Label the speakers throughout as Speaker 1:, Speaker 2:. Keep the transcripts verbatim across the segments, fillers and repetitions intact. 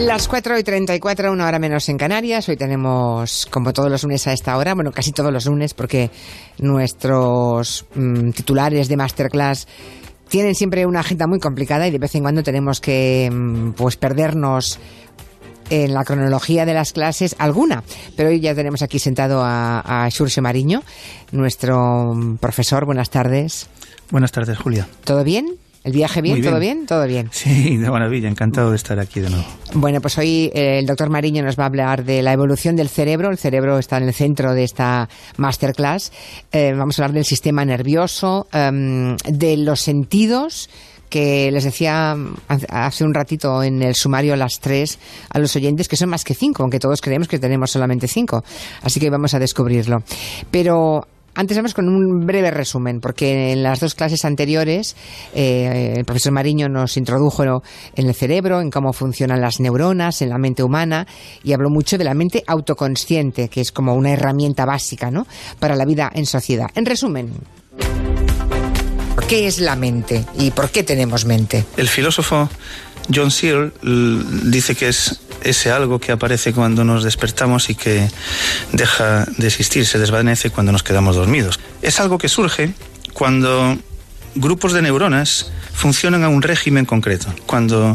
Speaker 1: Las cuatro y treinta y cuatro, una hora menos en Canarias. Hoy tenemos, como todos los lunes a esta hora, bueno, casi todos los lunes, porque nuestros mmm, titulares de Masterclass tienen siempre una agenda muy complicada y de vez en cuando tenemos que mmm, pues perdernos en la cronología de las clases alguna. Pero hoy ya tenemos aquí sentado a, a Xurxo Mariño, nuestro profesor. Buenas tardes.
Speaker 2: Buenas tardes, Julia.
Speaker 1: ¿Todo bien? ¿El viaje bien? bien? ¿Todo bien? ¿Todo bien?
Speaker 2: Sí, de maravilla. Encantado de estar aquí de nuevo.
Speaker 1: Bueno, pues hoy eh, el doctor Mariño nos va a hablar de la evolución del cerebro. El cerebro está en el centro de esta masterclass. Eh, vamos a hablar del sistema nervioso, um, de los sentidos, que les decía hace un ratito en el sumario a las tres a los oyentes que son más que cinco, aunque todos creemos que tenemos solamente cinco. Así que vamos a descubrirlo. Pero antes vamos con un breve resumen, porque en las dos clases anteriores eh, el profesor Mariño nos introdujo en el cerebro, en cómo funcionan las neuronas, en la mente humana, y habló mucho de la mente autoconsciente, que es como una herramienta básica, ¿no?, para la vida en sociedad. En resumen, ¿qué es la mente y por qué tenemos mente?
Speaker 2: El filósofo John Searle dice que es ese algo que aparece cuando nos despertamos y que deja de existir, se desvanece cuando nos quedamos dormidos. Es algo que surge cuando grupos de neuronas funcionan a un régimen concreto, cuando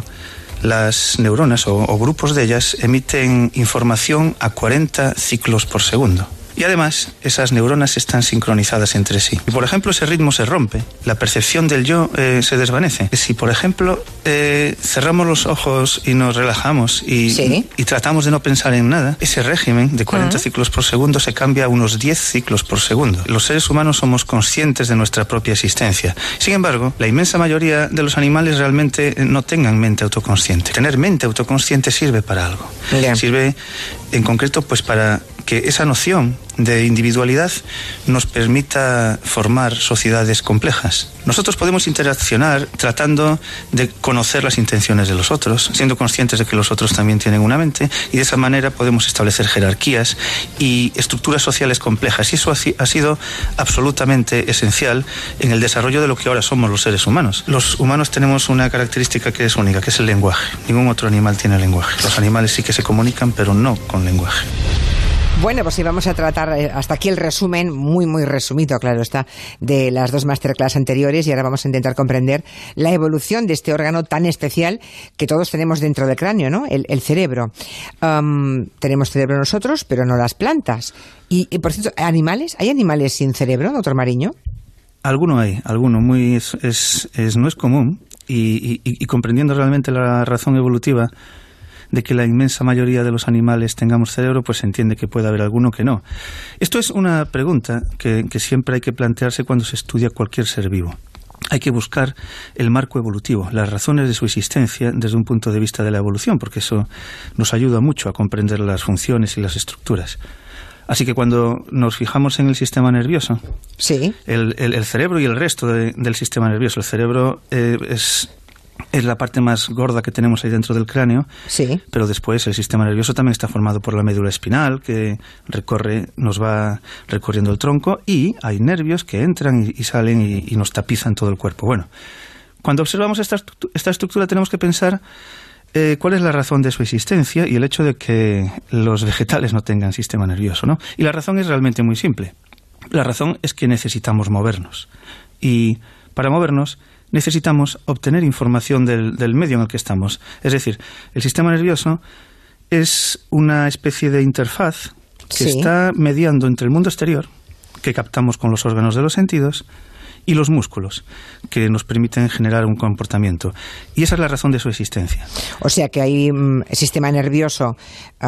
Speaker 2: las neuronas o, o grupos de ellas emiten información a cuarenta ciclos por segundo. Y además, esas neuronas están sincronizadas entre sí. Y, por ejemplo, ese ritmo se rompe, la percepción del yo eh, se desvanece. Si, por ejemplo, eh, cerramos los ojos y nos relajamos y, ¿sí?, y tratamos de no pensar en nada, ese régimen de cuarenta uh-huh. ciclos por segundo se cambia a unos diez ciclos por segundo. Los seres humanos somos conscientes de nuestra propia existencia. Sin embargo, la inmensa mayoría de los animales realmente no tengan mente autoconsciente. Tener mente autoconsciente sirve para algo. Yeah. Sirve, en concreto, pues para que esa noción de individualidad nos permita formar sociedades complejas. Nosotros podemos interaccionar tratando de conocer las intenciones de los otros, siendo conscientes de que los otros también tienen una mente, y de esa manera podemos establecer jerarquías y estructuras sociales complejas. Y eso ha sido absolutamente esencial en el desarrollo de lo que ahora somos los seres humanos. Los humanos tenemos una característica que es única, que es el lenguaje. Ningún otro animal tiene lenguaje. Los animales sí que se comunican, pero no con lenguaje.
Speaker 1: Bueno, pues sí, vamos a tratar hasta aquí el resumen, muy, muy resumido, claro está, de las dos masterclass anteriores, y ahora vamos a intentar comprender la evolución de este órgano tan especial que todos tenemos dentro del cráneo, ¿no? El, el cerebro. Um, tenemos cerebro nosotros, pero no las plantas. Y, y, por cierto, ¿animales? ¿Hay animales sin cerebro, doctor Mariño?
Speaker 2: Alguno hay, alguno. Muy, es, es, es, no es común, y, y, y comprendiendo realmente la razón evolutiva de que la inmensa mayoría de los animales tengamos cerebro, pues se entiende que puede haber alguno que no. Esto es una pregunta que, que siempre hay que plantearse cuando se estudia cualquier ser vivo. Hay que buscar el marco evolutivo, las razones de su existencia desde un punto de vista de la evolución, porque eso nos ayuda mucho a comprender las funciones y las estructuras. Así que cuando nos fijamos en el sistema nervioso,
Speaker 1: sí,
Speaker 2: el, el, el cerebro y el resto de, del sistema nervioso, el cerebro eh, es... es la parte más gorda que tenemos ahí dentro del cráneo,
Speaker 1: sí,
Speaker 2: pero después el sistema nervioso también está formado por la médula espinal, que recorre, nos va recorriendo el tronco, y hay nervios que entran y, y salen y, y nos tapizan todo el cuerpo. Bueno, cuando observamos esta, esta estructura tenemos que pensar eh, cuál es la razón de su existencia y el hecho de que los vegetales no tengan sistema nervioso, ¿no? Y la razón es realmente muy simple. La razón es que necesitamos movernos. Y para movernos necesitamos obtener información del, del medio en el que estamos. Es decir, el sistema nervioso es una especie de interfaz que sí. está mediando entre el mundo exterior, que captamos con los órganos de los sentidos, y los músculos, que nos permiten generar un comportamiento. Y esa es la razón de su existencia.
Speaker 1: O sea que hay um, sistema nervioso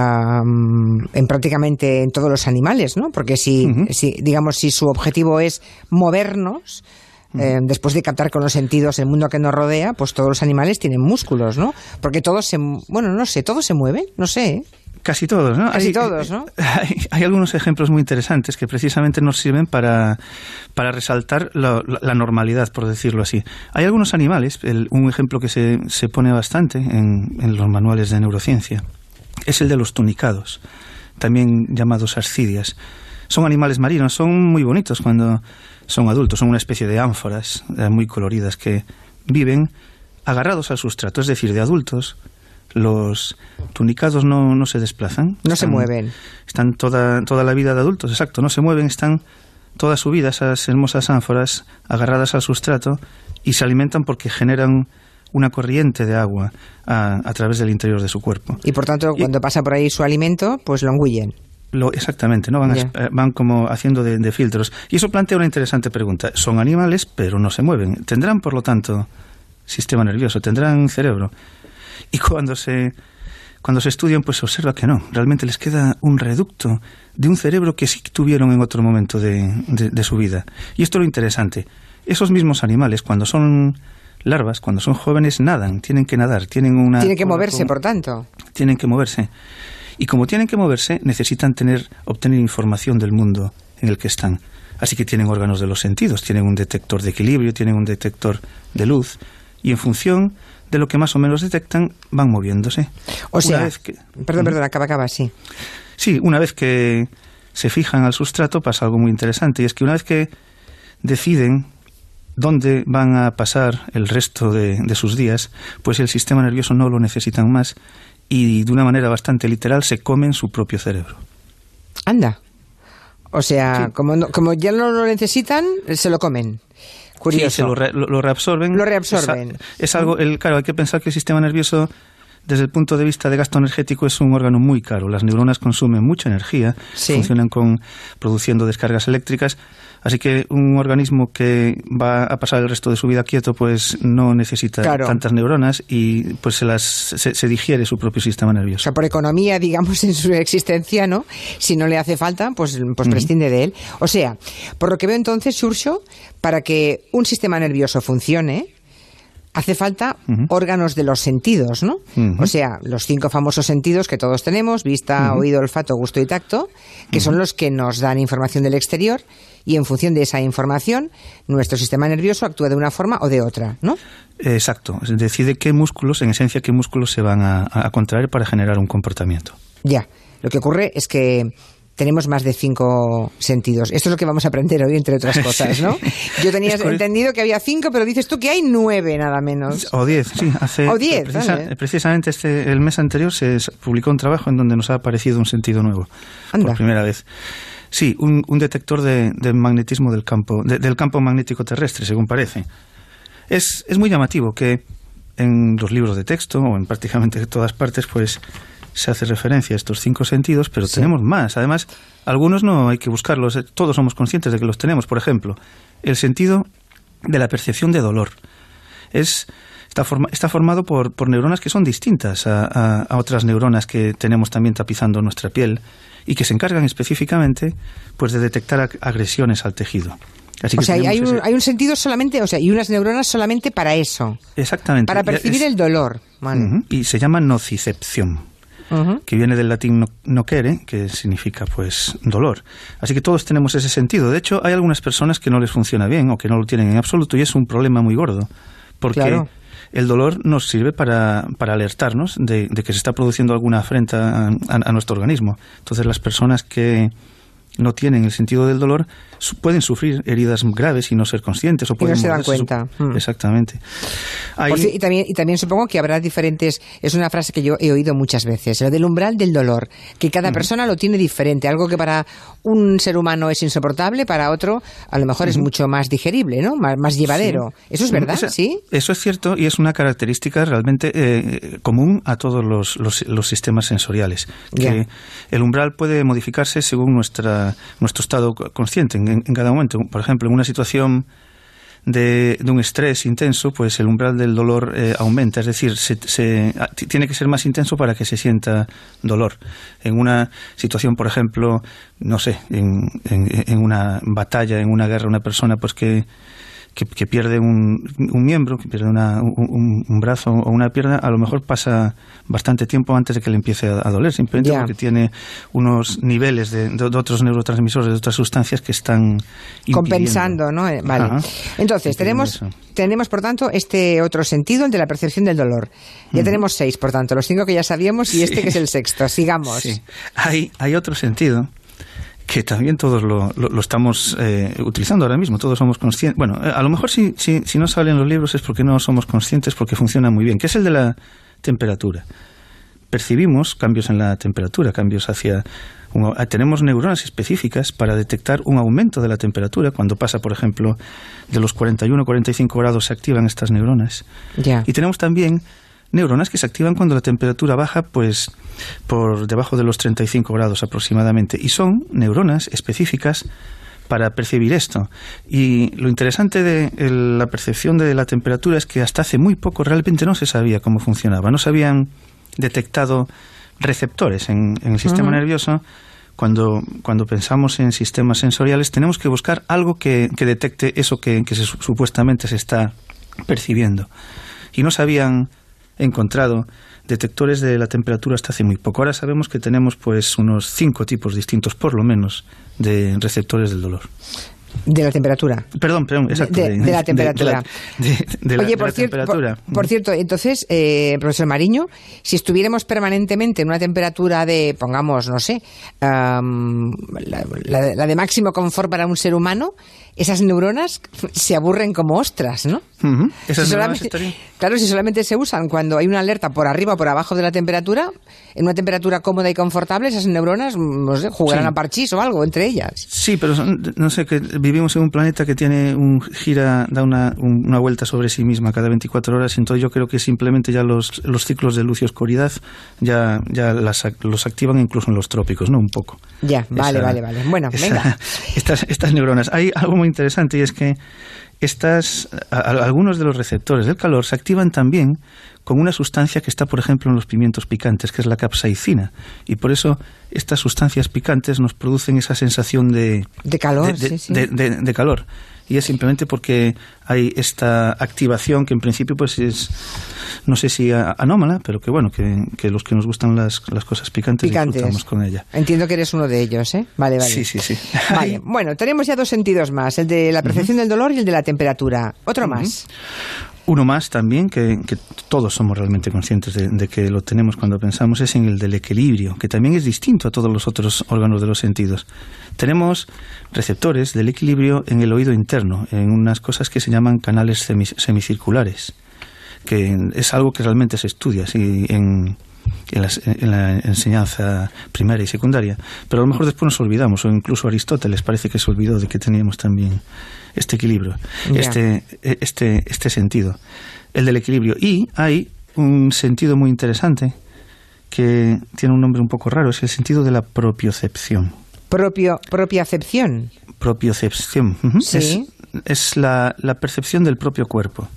Speaker 1: um, en prácticamente en todos los animales, ¿no? Porque si, uh-huh. si digamos, si su objetivo es movernos, Eh, después de captar con los sentidos el mundo que nos rodea, pues todos los animales tienen músculos, ¿no? Porque todos se... Bueno, no sé, ¿todos se mueven? No sé, ¿eh?
Speaker 2: Casi todos, ¿no?
Speaker 1: Casi
Speaker 2: hay,
Speaker 1: todos, ¿no?
Speaker 2: Hay, hay algunos ejemplos muy interesantes que precisamente nos sirven para, para resaltar la, la normalidad, por decirlo así. Hay algunos animales, el, un ejemplo que se, se pone bastante en, en los manuales de neurociencia, es el de los tunicados, también llamados ascidias. Son animales marinos, son muy bonitos cuando son adultos, son una especie de ánforas eh, muy coloridas que viven agarrados al sustrato, es decir, de adultos Los tunicados no, no se desplazan.
Speaker 1: No
Speaker 2: están,
Speaker 1: se mueven.
Speaker 2: Están toda, toda la vida de adultos, exacto, no se mueven, están toda su vida, esas hermosas ánforas, agarradas al sustrato y se alimentan porque generan una corriente de agua a, a través del interior de su cuerpo.
Speaker 1: Y por tanto, y, cuando pasa por ahí su alimento, pues lo engullen.
Speaker 2: Lo, exactamente, ¿no? Van, yeah. a, van como haciendo de, de filtros. Y eso plantea una interesante pregunta. Son animales, pero no se mueven. ¿Tendrán, por lo tanto, sistema nervioso? ¿Tendrán cerebro? Y cuando se, cuando se estudian, pues se observa que no. Realmente les queda un reducto de un cerebro que sí tuvieron en otro momento de, de, de su vida. Y esto es lo interesante. Esos mismos animales, cuando son larvas, cuando son jóvenes, nadan, tienen que nadar, tienen una...
Speaker 1: Tienen que moverse, por tanto.
Speaker 2: Tienen que moverse. Y como tienen que moverse, necesitan tener, obtener información del mundo en el que están. Así que tienen órganos de los sentidos, tienen un detector de equilibrio, tienen un detector de luz, y en función de lo que más o menos detectan, van moviéndose.
Speaker 1: O sea, una vez que, perdón, perdón, acaba, acaba, sí.
Speaker 2: Sí, una vez que se fijan al sustrato pasa algo muy interesante, y es que una vez que deciden dónde van a pasar el resto de, de sus días, pues el sistema nervioso no lo necesitan más y de una manera bastante literal se comen su propio cerebro.
Speaker 1: Anda. O sea, sí. como, no, como ya no lo necesitan, se lo comen. Curioso.
Speaker 2: Sí, se lo, re, lo, lo reabsorben.
Speaker 1: Lo reabsorben.
Speaker 2: Es, es algo, el, claro, hay que pensar que el sistema nervioso, desde el punto de vista de gasto energético, es un órgano muy caro. Las neuronas consumen mucha energía, sí. funcionan con produciendo descargas eléctricas. Así que un organismo que va a pasar el resto de su vida quieto, pues no necesita claro. tantas neuronas y pues se las se, se digiere su propio sistema nervioso.
Speaker 1: O sea, por economía, digamos, en su existencia, ¿no? Si no le hace falta, pues, pues uh-huh. prescinde de él. O sea, por lo que veo entonces, Xurxo, para que un sistema nervioso funcione, hace falta uh-huh. órganos de los sentidos, ¿no? Uh-huh. O sea, los cinco famosos sentidos que todos tenemos, vista, uh-huh. oído, olfato, gusto y tacto, que uh-huh. son los que nos dan información del exterior y en función de esa información, nuestro sistema nervioso actúa de una forma o de otra, ¿no?
Speaker 2: Exacto. Decide qué músculos, en esencia, qué músculos se van a, a contraer para generar un comportamiento.
Speaker 1: Ya. Lo que ocurre es que tenemos más de cinco sentidos. Esto es lo que vamos a aprender hoy, entre otras cosas, ¿no? Yo tenía entendido que había cinco, pero dices tú que hay nueve, nada menos.
Speaker 2: O diez, sí. Hace,
Speaker 1: o diez,
Speaker 2: precisa,
Speaker 1: vale.
Speaker 2: Precisamente este, el mes anterior se publicó un trabajo en donde nos ha aparecido un sentido nuevo.
Speaker 1: Anda.
Speaker 2: Por primera vez. Sí, un, un detector de, de magnetismo del campo, de, del campo magnético terrestre, según parece. Es, es muy llamativo que en los libros de texto, o en prácticamente todas partes, pues se hace referencia a estos cinco sentidos, pero sí. tenemos más. Además, algunos no hay que buscarlos, todos somos conscientes de que los tenemos. Por ejemplo, el sentido de la percepción de dolor. Es, está, forma, está formado por, por neuronas que son distintas a, a, a otras neuronas que tenemos también tapizando nuestra piel y que se encargan específicamente pues, de detectar agresiones al tejido. Así
Speaker 1: o
Speaker 2: que
Speaker 1: sea, hay un,
Speaker 2: ese...
Speaker 1: hay un sentido solamente, o sea, y unas neuronas solamente para eso.
Speaker 2: Exactamente.
Speaker 1: Para percibir es... el dolor. Vale.
Speaker 2: Uh-huh. Y se llama nocicepción. Uh-huh. Que viene del latín nocere, que significa pues dolor. Así que todos tenemos ese sentido. De hecho, hay algunas personas que no les funciona bien o que no lo tienen en absoluto y es un problema muy gordo. Porque claro. el dolor nos sirve para, para alertarnos de, de que se está produciendo alguna afrenta a, a, a nuestro organismo. Entonces las personas que no tienen el sentido del dolor su, pueden sufrir heridas graves y no ser conscientes o pueden
Speaker 1: y no se dan cuenta.
Speaker 2: Su... Mm. Exactamente. Hay...
Speaker 1: Por, y, también, y también supongo que habrá diferentes, es una frase que yo he oído muchas veces, lo del umbral del dolor, que cada mm. persona lo tiene diferente, algo que para un ser humano es insoportable, para otro a lo mejor mm. es mucho más digerible, ¿no? Más, más llevadero. Sí. ¿Eso es verdad?
Speaker 2: Esa,
Speaker 1: ¿Sí?
Speaker 2: Eso es cierto y es una característica realmente eh, común a todos los, los, los sistemas sensoriales. Que yeah. el umbral puede modificarse según nuestra nuestro estado consciente en, en cada momento. Por ejemplo, en una situación de, de un estrés intenso, pues el umbral del dolor eh, aumenta, es decir, se, se, tiene que ser más intenso para que se sienta dolor. En una situación, por ejemplo, no sé, en, en, en una batalla, en una guerra, una persona pues que Que, que pierde un, un miembro, que pierde una, un, un brazo o una pierna, a lo mejor pasa bastante tiempo antes de que le empiece a, a doler, simplemente yeah. porque tiene unos niveles de, de, de otros neurotransmisores, de otras sustancias que están
Speaker 1: compensando, ¿no? Vale. Ajá. Entonces, tenemos, tenemos, por tanto, este otro sentido, el de la percepción del dolor. Ya uh-huh. tenemos seis, por tanto, los cinco que ya sabíamos y sí. este que es el sexto. Sigamos.
Speaker 2: Sí. Hay, hay otro sentido que también todos lo, lo, lo estamos eh, utilizando ahora mismo, todos somos conscientes. Bueno, a lo mejor si, si, si no salen los libros es porque no somos conscientes, porque funciona muy bien, que es el de la temperatura. percibimos cambios en la temperatura, cambios hacia... Un, tenemos neuronas específicas para detectar un aumento de la temperatura. Cuando pasa, por ejemplo, de los cuarenta y uno a cuarenta y cinco grados se activan estas neuronas.
Speaker 1: Yeah.
Speaker 2: Y tenemos también neuronas que se activan cuando la temperatura baja pues por debajo de los treinta y cinco grados aproximadamente. Y son neuronas específicas para percibir esto. Y lo interesante de el, la percepción de la temperatura es que hasta hace muy poco realmente no se sabía cómo funcionaba. No se habían detectado receptores en, en el sistema uh-huh. nervioso. Cuando, cuando pensamos en sistemas sensoriales tenemos que buscar algo que, que detecte eso que, que se, supuestamente se está percibiendo. Y no se habían encontrado detectores de la temperatura hasta hace muy poco. Ahora sabemos que tenemos pues unos cinco tipos distintos, por lo menos, de receptores del dolor.
Speaker 1: De la temperatura.
Speaker 2: Perdón, perdón, exacto.
Speaker 1: De, de, de la temperatura.
Speaker 2: De, de, de, de la,
Speaker 1: Oye,
Speaker 2: de
Speaker 1: por,
Speaker 2: la
Speaker 1: cier
Speaker 2: temperatura.
Speaker 1: Por, por cierto, entonces, eh, profesor Mariño, si estuviéramos permanentemente en una temperatura de, pongamos, no sé, um, la, la, la de máximo confort para un ser humano, esas neuronas se aburren como ostras, ¿no?
Speaker 2: Uh-huh. Esas
Speaker 1: si
Speaker 2: neuronas
Speaker 1: solamente, claro, si solamente se usan cuando hay una alerta por arriba o por abajo de la temperatura, en una temperatura cómoda y confortable, esas neuronas, no sé, jugarán sí. a parchís o algo entre ellas.
Speaker 2: Sí, pero son, no sé, que vivimos en un planeta que tiene un gira, da una, un, una vuelta sobre sí misma cada veinticuatro horas, y entonces yo creo que simplemente ya los, los ciclos de luz y oscuridad ya, ya las, los activan incluso en los trópicos, ¿no? Un poco.
Speaker 1: Ya, vale, esa, vale, vale. Bueno,
Speaker 2: esa,
Speaker 1: venga.
Speaker 2: Estas, estas neuronas. Hay algo muy interesante y es que estas, a, a, algunos de los receptores del calor se activan también con una sustancia que está, por ejemplo, en los pimientos picantes, que es la capsaicina. Y por eso estas sustancias picantes nos producen esa sensación de...
Speaker 1: De calor,
Speaker 2: de, de,
Speaker 1: sí, sí.
Speaker 2: De, de, de calor. Y es simplemente porque hay esta activación que en principio pues es, no sé si anómala, pero que bueno, que, que los que nos gustan las, las cosas picantes, picantes disfrutamos con ella.
Speaker 1: Entiendo que eres uno de ellos, ¿eh? Vale, vale.
Speaker 2: Sí, sí, sí.
Speaker 1: Vale. Bueno, tenemos ya dos sentidos más, el de la percepción uh-huh. del dolor y el de la temperatura. Otro uh-huh. más.
Speaker 2: Uno más también, que, que todos somos realmente conscientes de, de que lo tenemos cuando pensamos, es en el del equilibrio, que también es distinto a todos los otros órganos de los sentidos. Tenemos receptores del equilibrio en el oído interno, en unas cosas que se llaman canales semicirculares, que es algo que realmente se estudia ¿sí? en, en, las, en la enseñanza primaria y secundaria, pero a lo mejor después nos olvidamos, o incluso Aristóteles parece que se olvidó de que teníamos también este equilibrio, yeah. este, este, este sentido, el del equilibrio. Y hay un sentido muy interesante que tiene un nombre un poco raro, es el sentido de la propiocepción.
Speaker 1: Propio, propiocepción.
Speaker 2: Propiocepción. Uh-huh.
Speaker 1: Sí.
Speaker 2: Es, es la, la percepción del propio cuerpo.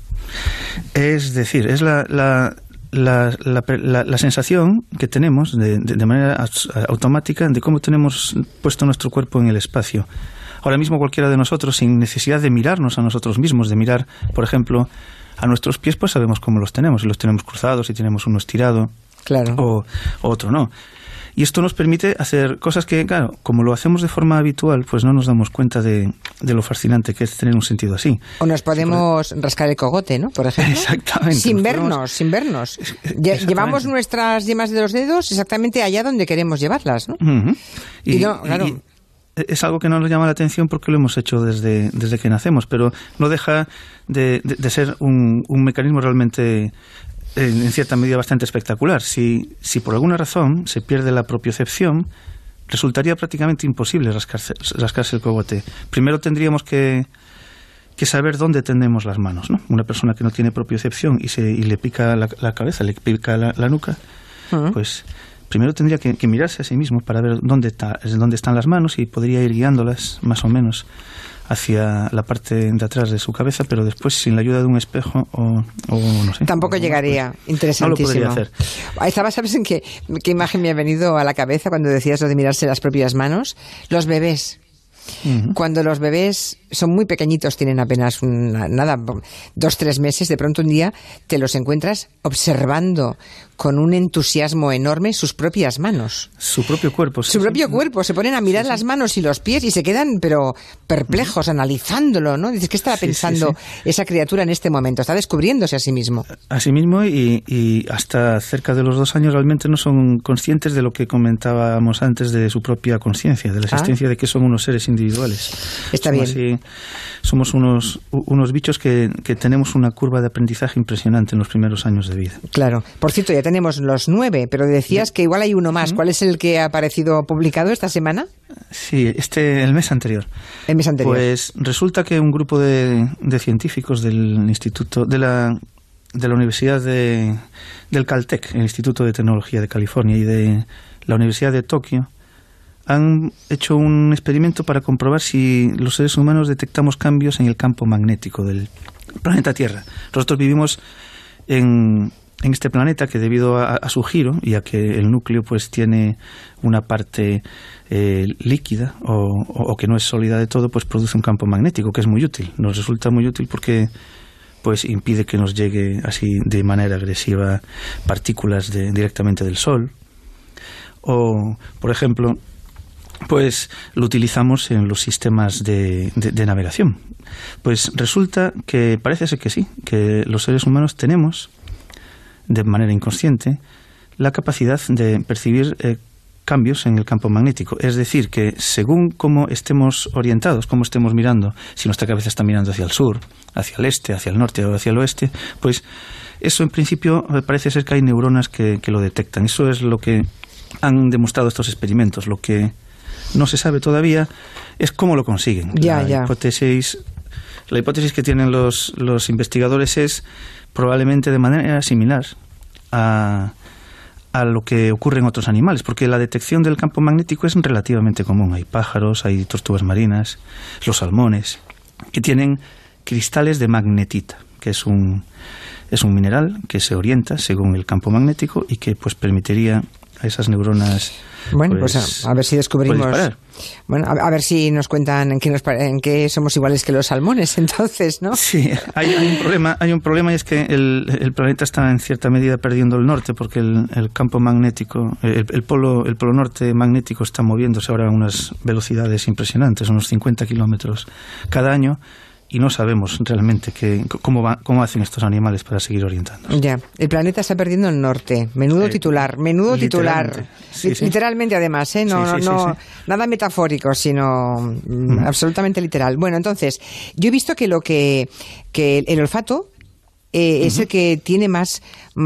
Speaker 2: Es decir, es la, la, la, la, la, la sensación que tenemos de, de, de manera automática de cómo tenemos puesto nuestro cuerpo en el espacio. Ahora mismo cualquiera de nosotros, sin necesidad de mirarnos a nosotros mismos, de mirar, por ejemplo, a nuestros pies, pues sabemos cómo los tenemos. Si los tenemos cruzados, si tenemos uno estirado,
Speaker 1: claro.
Speaker 2: o, o otro no. Y esto nos permite hacer cosas que, claro, como lo hacemos de forma habitual, pues no nos damos cuenta de, de lo fascinante que es tener un sentido así.
Speaker 1: O nos podemos sí, rascar el cogote, ¿no? Por ejemplo.
Speaker 2: Exactamente.
Speaker 1: Sin vernos, podemos... sin vernos. Llevamos nuestras yemas de los dedos exactamente allá donde queremos llevarlas, ¿no?
Speaker 2: Uh-huh. Y,
Speaker 1: y no, claro...
Speaker 2: Y, es algo que no nos llama la atención porque lo hemos hecho desde, desde que nacemos, pero no deja de, de, de ser un, un mecanismo realmente, en, en cierta medida, bastante espectacular. Si, si por alguna razón se pierde la propiocepción, resultaría prácticamente imposible rascarse, rascarse el cogote. Primero tendríamos que, que saber dónde tendemos las manos, ¿no? Una persona que no tiene propiocepción y, se, y le pica la, la cabeza, le pica la, la nuca, uh-huh. pues... Primero tendría que, que mirarse a sí mismo para ver dónde, está, dónde están las manos y podría ir guiándolas más o menos hacia la parte de atrás de su cabeza, pero después sin la ayuda de un espejo o, o no sé.
Speaker 1: Tampoco llegaría. Pues, interesantísimo.
Speaker 2: No lo podría hacer.
Speaker 1: Estaba, ¿sabes en qué, qué imagen me ha venido a la cabeza cuando decías lo de mirarse las propias manos? Los bebés. Uh-huh. Cuando los bebés son muy pequeñitos, tienen apenas una, nada, dos, tres meses, de pronto un día te los encuentras observando con un entusiasmo enorme sus propias manos.
Speaker 2: Su propio cuerpo. Sí,
Speaker 1: Su
Speaker 2: sí,
Speaker 1: propio
Speaker 2: sí.
Speaker 1: cuerpo. Se ponen a mirar
Speaker 2: sí,
Speaker 1: las
Speaker 2: sí.
Speaker 1: manos y los pies y se quedan, pero perplejos, uh-huh. analizándolo, ¿no? Dices, ¿qué estará sí, pensando sí, sí. esa criatura en este momento? Está descubriéndose a sí mismo.
Speaker 2: A sí mismo y, y hasta cerca de los dos años realmente no son conscientes de lo que comentábamos antes de su propia conciencia, de la existencia ah. de que son unos seres individuales.
Speaker 1: Está
Speaker 2: somos
Speaker 1: bien.
Speaker 2: Así, somos unos, unos bichos que, que tenemos una curva de aprendizaje impresionante en los primeros años de vida.
Speaker 1: Claro. Por cierto, ya tenemos los nueve, pero decías que igual hay uno más. ¿Cuál es el que ha aparecido publicado esta semana?
Speaker 2: Sí, este, el mes anterior.
Speaker 1: El mes anterior.
Speaker 2: Pues resulta que un grupo de, de científicos del Instituto, de la, de la Universidad de, del Caltech, el Instituto de Tecnología de California, y de la Universidad de Tokio, han hecho un experimento para comprobar si los seres humanos detectamos cambios en el campo magnético del planeta Tierra. Nosotros vivimos en, en este planeta que, debido a, a su giro y a que el núcleo pues tiene una parte eh, líquida o, o, o que no es sólida de todo, pues produce un campo magnético que es muy útil. Nos resulta muy útil porque pues impide que nos llegue así de manera agresiva partículas de, directamente del Sol. O, por ejemplo, pues lo utilizamos en los sistemas de, de, de navegación. Pues resulta que parece ser que sí, que los seres humanos tenemos, de manera inconsciente, la capacidad de percibir eh, cambios en el campo magnético. Es decir, que según cómo estemos orientados, cómo estemos mirando, si nuestra cabeza está mirando hacia el sur, hacia el este, hacia el norte o hacia el oeste, pues eso en principio parece ser que hay neuronas que, que lo detectan. Eso es lo que han demostrado estos experimentos. Lo que no se sabe todavía es cómo lo consiguen.
Speaker 1: Ya,
Speaker 2: la
Speaker 1: ya.
Speaker 2: hipótesis, la hipótesis que tienen los, los investigadores es probablemente de manera similar a, a lo que ocurre en otros animales, porque la detección del campo magnético es relativamente común. Hay pájaros, hay tortugas marinas, los salmones, que tienen cristales de magnetita, que es un, es un mineral que se orienta según el campo magnético y que pues permitiría a esas neuronas.
Speaker 1: Bueno,
Speaker 2: pues,
Speaker 1: pues a, a ver si descubrimos. Bueno, a, a ver si nos cuentan en qué, nos, en qué somos iguales que los salmones, entonces, ¿no?
Speaker 2: Sí, hay, hay un problema, hay un problema y es que el, el planeta está en cierta medida perdiendo el norte, porque el, el campo magnético, el, el polo, el polo norte magnético está moviéndose ahora a unas velocidades impresionantes, unos cincuenta kilómetros cada año. Y no sabemos realmente que, cómo, va, cómo hacen estos animales para seguir orientándose.
Speaker 1: Ya, el planeta está perdiendo el norte. Menudo eh, titular, menudo titular. Sí, sí. Literalmente, además, ¿eh? No, sí, sí, no, sí, sí. Nada metafórico, sino mm. absolutamente literal. Bueno, entonces, yo he visto que lo que, que el olfato eh, uh-huh. es el que tiene más,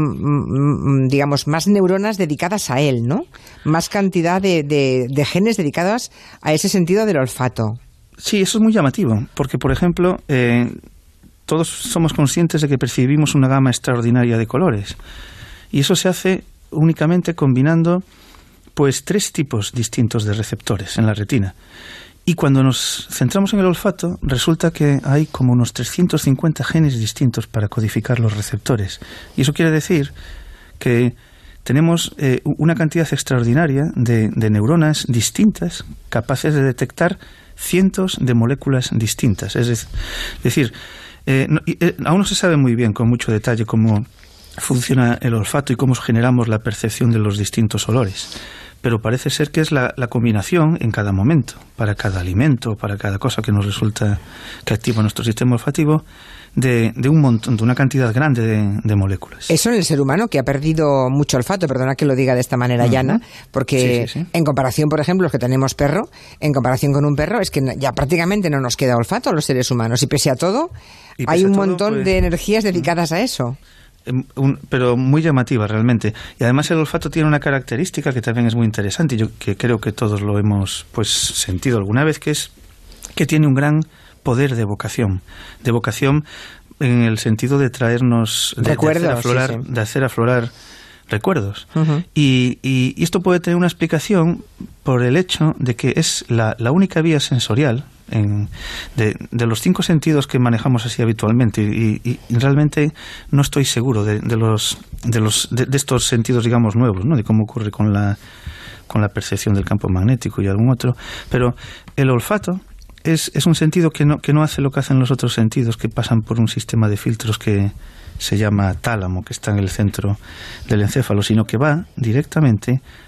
Speaker 1: mm, digamos, más neuronas dedicadas a él, ¿no? Más cantidad de, de, de genes dedicados a ese sentido del olfato.
Speaker 2: Sí, eso es muy llamativo, porque, por ejemplo, eh, todos somos conscientes de que percibimos una gama extraordinaria de colores, y eso se hace únicamente combinando pues tres tipos distintos de receptores en la retina. Y cuando nos centramos en el olfato, resulta que hay como unos trescientos cincuenta genes distintos para codificar los receptores. Y eso quiere decir que tenemos eh, una cantidad extraordinaria de, de neuronas distintas capaces de detectar cientos de moléculas distintas. Es decir, eh, no, eh, aún no se sabe muy bien con mucho detalle cómo funciona el olfato y cómo generamos la percepción de los distintos olores, pero parece ser que es la, la combinación en cada momento, para cada alimento, para cada cosa que nos resulta que activa nuestro sistema olfativo, de, de un montón, de una cantidad grande de, de moléculas.
Speaker 1: Eso en el ser humano, que ha perdido mucho olfato, perdona que lo diga de esta manera uh-huh. llana, porque sí, sí, sí. en comparación, por ejemplo, los que tenemos perro, en comparación con un perro, es que ya prácticamente no nos queda olfato a los seres humanos, y pese a todo, pese hay un todo, montón pues, de energías dedicadas uh-huh. a eso.
Speaker 2: Un, pero muy llamativa realmente, y además el olfato tiene una característica que también es muy interesante, y yo que creo que todos lo hemos pues sentido alguna vez, que es que tiene un gran poder de evocación, de evocación en el sentido de traernos, de,
Speaker 1: recuerdos,
Speaker 2: de hacer aflorar,
Speaker 1: sí, sí.
Speaker 2: de hacer aflorar recuerdos.
Speaker 1: Uh-huh.
Speaker 2: Y, y, y esto puede tener una explicación por el hecho de que es la, la única vía sensorial en, de, de los cinco sentidos que manejamos así habitualmente, y, y, y realmente no estoy seguro de, de los de los de, de estos sentidos, digamos, nuevos, ¿no? De cómo ocurre con la con la percepción del campo magnético y algún otro, pero el olfato es, es un sentido que no que no hace lo que hacen los otros sentidos, que pasan por un sistema de filtros que se llama tálamo, que está en el centro del encéfalo, sino que va directamente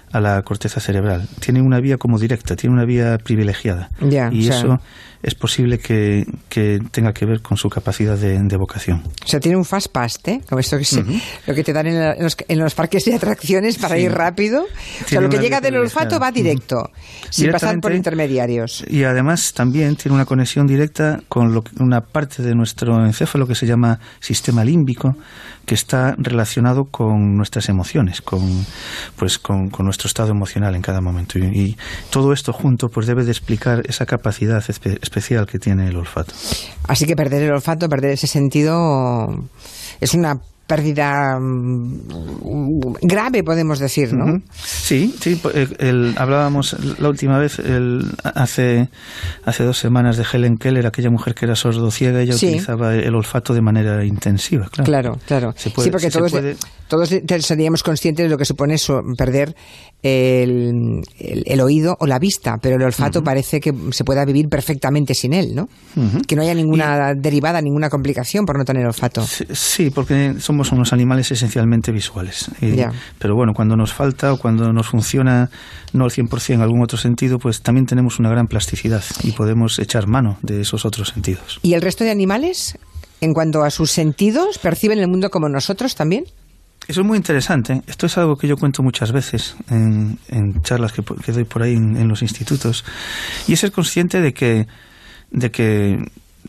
Speaker 2: a la corteza cerebral. Tiene una vía como directa, tiene una vía privilegiada.
Speaker 1: Ya,
Speaker 2: y
Speaker 1: o sea,
Speaker 2: eso es posible que, que tenga que ver con su capacidad de, de evocación.
Speaker 1: O sea, tiene un fast pass, ¿eh? Como esto que se, uh-huh. lo que te dan en, la, en, los, en los parques de atracciones para sí. ir rápido. O sea, lo que llega del olfato va directo, uh-huh. sin pasar por intermediarios.
Speaker 2: Y además también tiene una conexión directa con lo que, una parte de nuestro encéfalo que se llama sistema límbico, que está relacionado con nuestras emociones, con, pues, con, con nuestro estado emocional en cada momento. Y, y todo esto junto pues debe de explicar esa capacidad espe- especial que tiene el olfato.
Speaker 1: Así que perder el olfato, perder ese sentido, es una pérdida grave, podemos decir, ¿no? Uh-huh.
Speaker 2: Sí, sí. El, el, hablábamos la última vez, el, hace, hace dos semanas, de Helen Keller, aquella mujer que era sordociega. Ella sí. utilizaba el olfato de manera intensiva. Claro,
Speaker 1: claro. claro.
Speaker 2: Se puede,
Speaker 1: sí, porque
Speaker 2: si
Speaker 1: todos,
Speaker 2: puede...
Speaker 1: todos seríamos conscientes de lo que supone eso, perder el, el, el oído o la vista, pero el olfato uh-huh. parece que se pueda vivir perfectamente sin él, ¿no? Uh-huh. Que no haya ninguna y... derivada, ninguna complicación por no tener olfato.
Speaker 2: Sí, sí, porque somos Somos unos animales esencialmente visuales. Y, yeah. Pero bueno, cuando nos falta o cuando nos funciona no al cien por ciento en algún otro sentido, pues también tenemos una gran plasticidad y podemos echar mano de esos otros sentidos.
Speaker 1: ¿Y el resto de animales, en cuanto a sus sentidos, perciben el mundo como nosotros también?
Speaker 2: Eso es muy interesante. Esto es algo que yo cuento muchas veces en, en charlas que, que doy por ahí en, en los institutos. Y es ser consciente de que, de que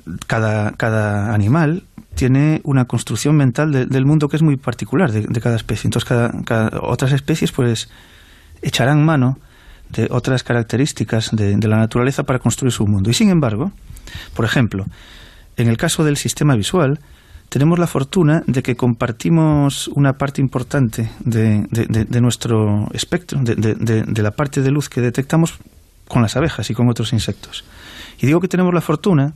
Speaker 2: cada, cada animal tiene una construcción mental de, del mundo que es muy particular de, de cada especie. Entonces, cada, cada, otras especies pues echarán mano de otras características de, de la naturaleza para construir su mundo. Y sin embargo, por ejemplo, en el caso del sistema visual, tenemos la fortuna de que compartimos una parte importante de, de, de, de nuestro espectro, de, de, de, de la parte de luz que detectamos con las abejas y con otros insectos. Y digo que tenemos la fortuna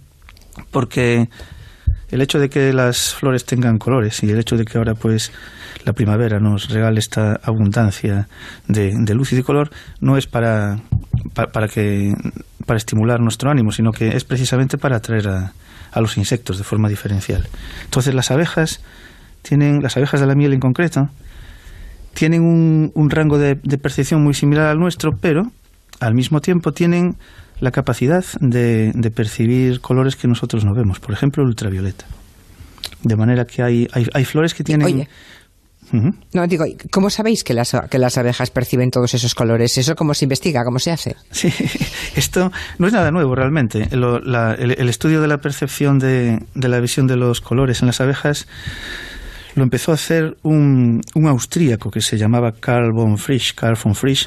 Speaker 2: porque el hecho de que las flores tengan colores y el hecho de que ahora pues la primavera nos regale esta abundancia de, de luz y de color no es para, para, para que para estimular nuestro ánimo, sino que es precisamente para atraer a, a los insectos de forma diferencial. Entonces las abejas tienen, las abejas de la miel en concreto, tienen un, un rango de, de percepción muy similar al nuestro, pero al mismo tiempo tienen la capacidad de, de percibir colores que nosotros no vemos, por ejemplo el ultravioleta. De manera que hay, hay, hay flores que tienen...
Speaker 1: Oye, uh-huh. no, digo, ¿cómo sabéis que las, que las abejas perciben todos esos colores? ¿Eso cómo se investiga? ¿Cómo se hace?
Speaker 2: Sí, esto no es nada nuevo realmente. Lo, la, el, el estudio de la percepción de, de la visión de los colores en las abejas lo empezó a hacer un, un austríaco que se llamaba Carl von Frisch, Carl von Frisch,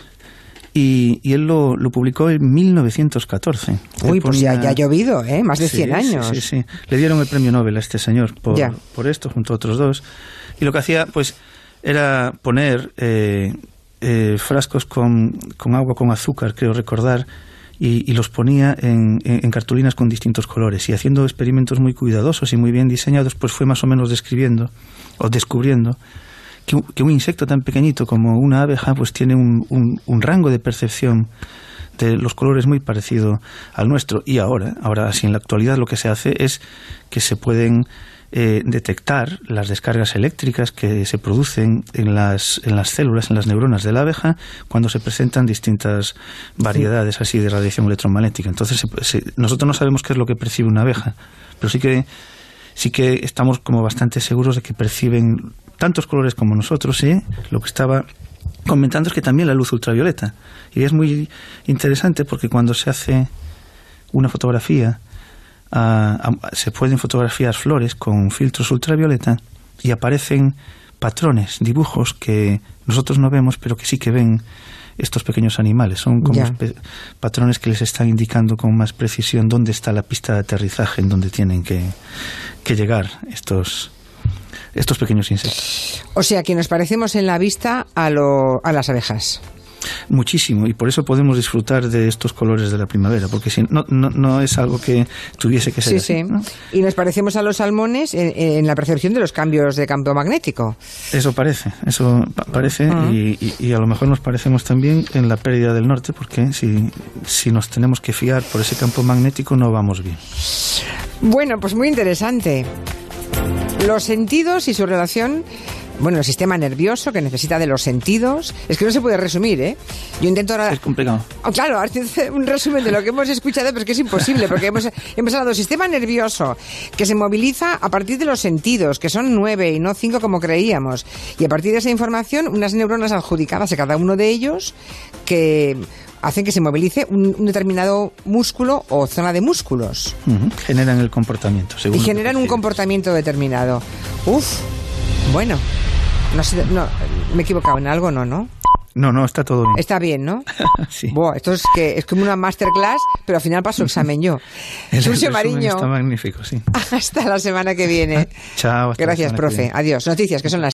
Speaker 2: Y, y él lo, lo publicó en mil novecientos catorce.
Speaker 1: Uy, pues ponía... ya, ya ha llovido, ¿eh? Más de cien
Speaker 2: sí,
Speaker 1: años.
Speaker 2: Sí, sí, sí. Le dieron el premio Nobel a este señor por, por esto, junto a otros dos. Y lo que hacía, pues, era poner eh, eh, frascos con, con agua, con azúcar, creo recordar, y, y los ponía en, en, en cartulinas con distintos colores. Y haciendo experimentos muy cuidadosos y muy bien diseñados, pues fue más o menos describiendo, o descubriendo, Que un, que un insecto tan pequeñito como una abeja pues tiene un, un, un rango de percepción de los colores muy parecido al nuestro. Y ahora, ahora sí, en la actualidad lo que se hace es que se pueden eh, detectar las descargas eléctricas que se producen en las, en las células, en las neuronas de la abeja, cuando se presentan distintas variedades así de radiación electromagnética. Entonces se, se, nosotros no sabemos qué es lo que percibe una abeja, pero sí que, sí que estamos como bastante seguros de que perciben tantos colores como nosotros, ¿sí? Lo que estaba comentando es que también la luz ultravioleta. Y es muy interesante porque cuando se hace una fotografía, uh, se pueden fotografiar flores con filtros ultravioleta y aparecen patrones, dibujos que nosotros no vemos, pero que sí que ven estos pequeños animales. Son como yeah. patrones que les están indicando con más precisión dónde está la pista de aterrizaje en donde tienen que, que llegar estos... estos pequeños insectos.
Speaker 1: O sea, que nos parecemos en la vista a, lo, a las abejas.
Speaker 2: Muchísimo, y por eso podemos disfrutar de estos colores de la primavera, porque si no, no, no es algo que tuviese que ser
Speaker 1: sí,
Speaker 2: así,
Speaker 1: sí.
Speaker 2: ¿no?
Speaker 1: Y nos parecemos a los salmones en, en la percepción de los cambios de campo magnético.
Speaker 2: Eso parece, eso parece, uh-huh. y, y, y a lo mejor nos parecemos también en la pérdida del norte, porque si, si nos tenemos que fiar por ese campo magnético no vamos bien.
Speaker 1: Bueno, pues muy interesante. Los sentidos y su relación bueno, el sistema nervioso que necesita de los sentidos. Es que no se puede resumir, ¿eh? Yo intento ahora...
Speaker 2: Es complicado.
Speaker 1: Oh, claro, ahora un resumen de lo que hemos escuchado, pero es que es imposible, porque hemos, hemos hablado del sistema nervioso que se moviliza a partir de los sentidos, que son nueve y no cinco como creíamos. Y a partir de esa información, unas neuronas adjudicadas a cada uno de ellos que hacen que se movilice un, un determinado músculo o zona de músculos.
Speaker 2: Uh-huh. Generan el comportamiento. Según
Speaker 1: y generan un comportamiento determinado. Uf, bueno, no sé, no, me he equivocado en algo, ¿no? ¿no?
Speaker 2: No, no, está todo bien.
Speaker 1: Está bien, ¿no?
Speaker 2: Sí.
Speaker 1: Buah, esto es que es como una masterclass, pero al final paso examen yo.
Speaker 2: El
Speaker 1: Surcio Mariño.
Speaker 2: Está magnífico, sí.
Speaker 1: Hasta la semana que viene.
Speaker 2: Chao. Hasta
Speaker 1: Gracias,
Speaker 2: la semana
Speaker 1: profe.
Speaker 2: que viene.
Speaker 1: Adiós. Noticias, que son las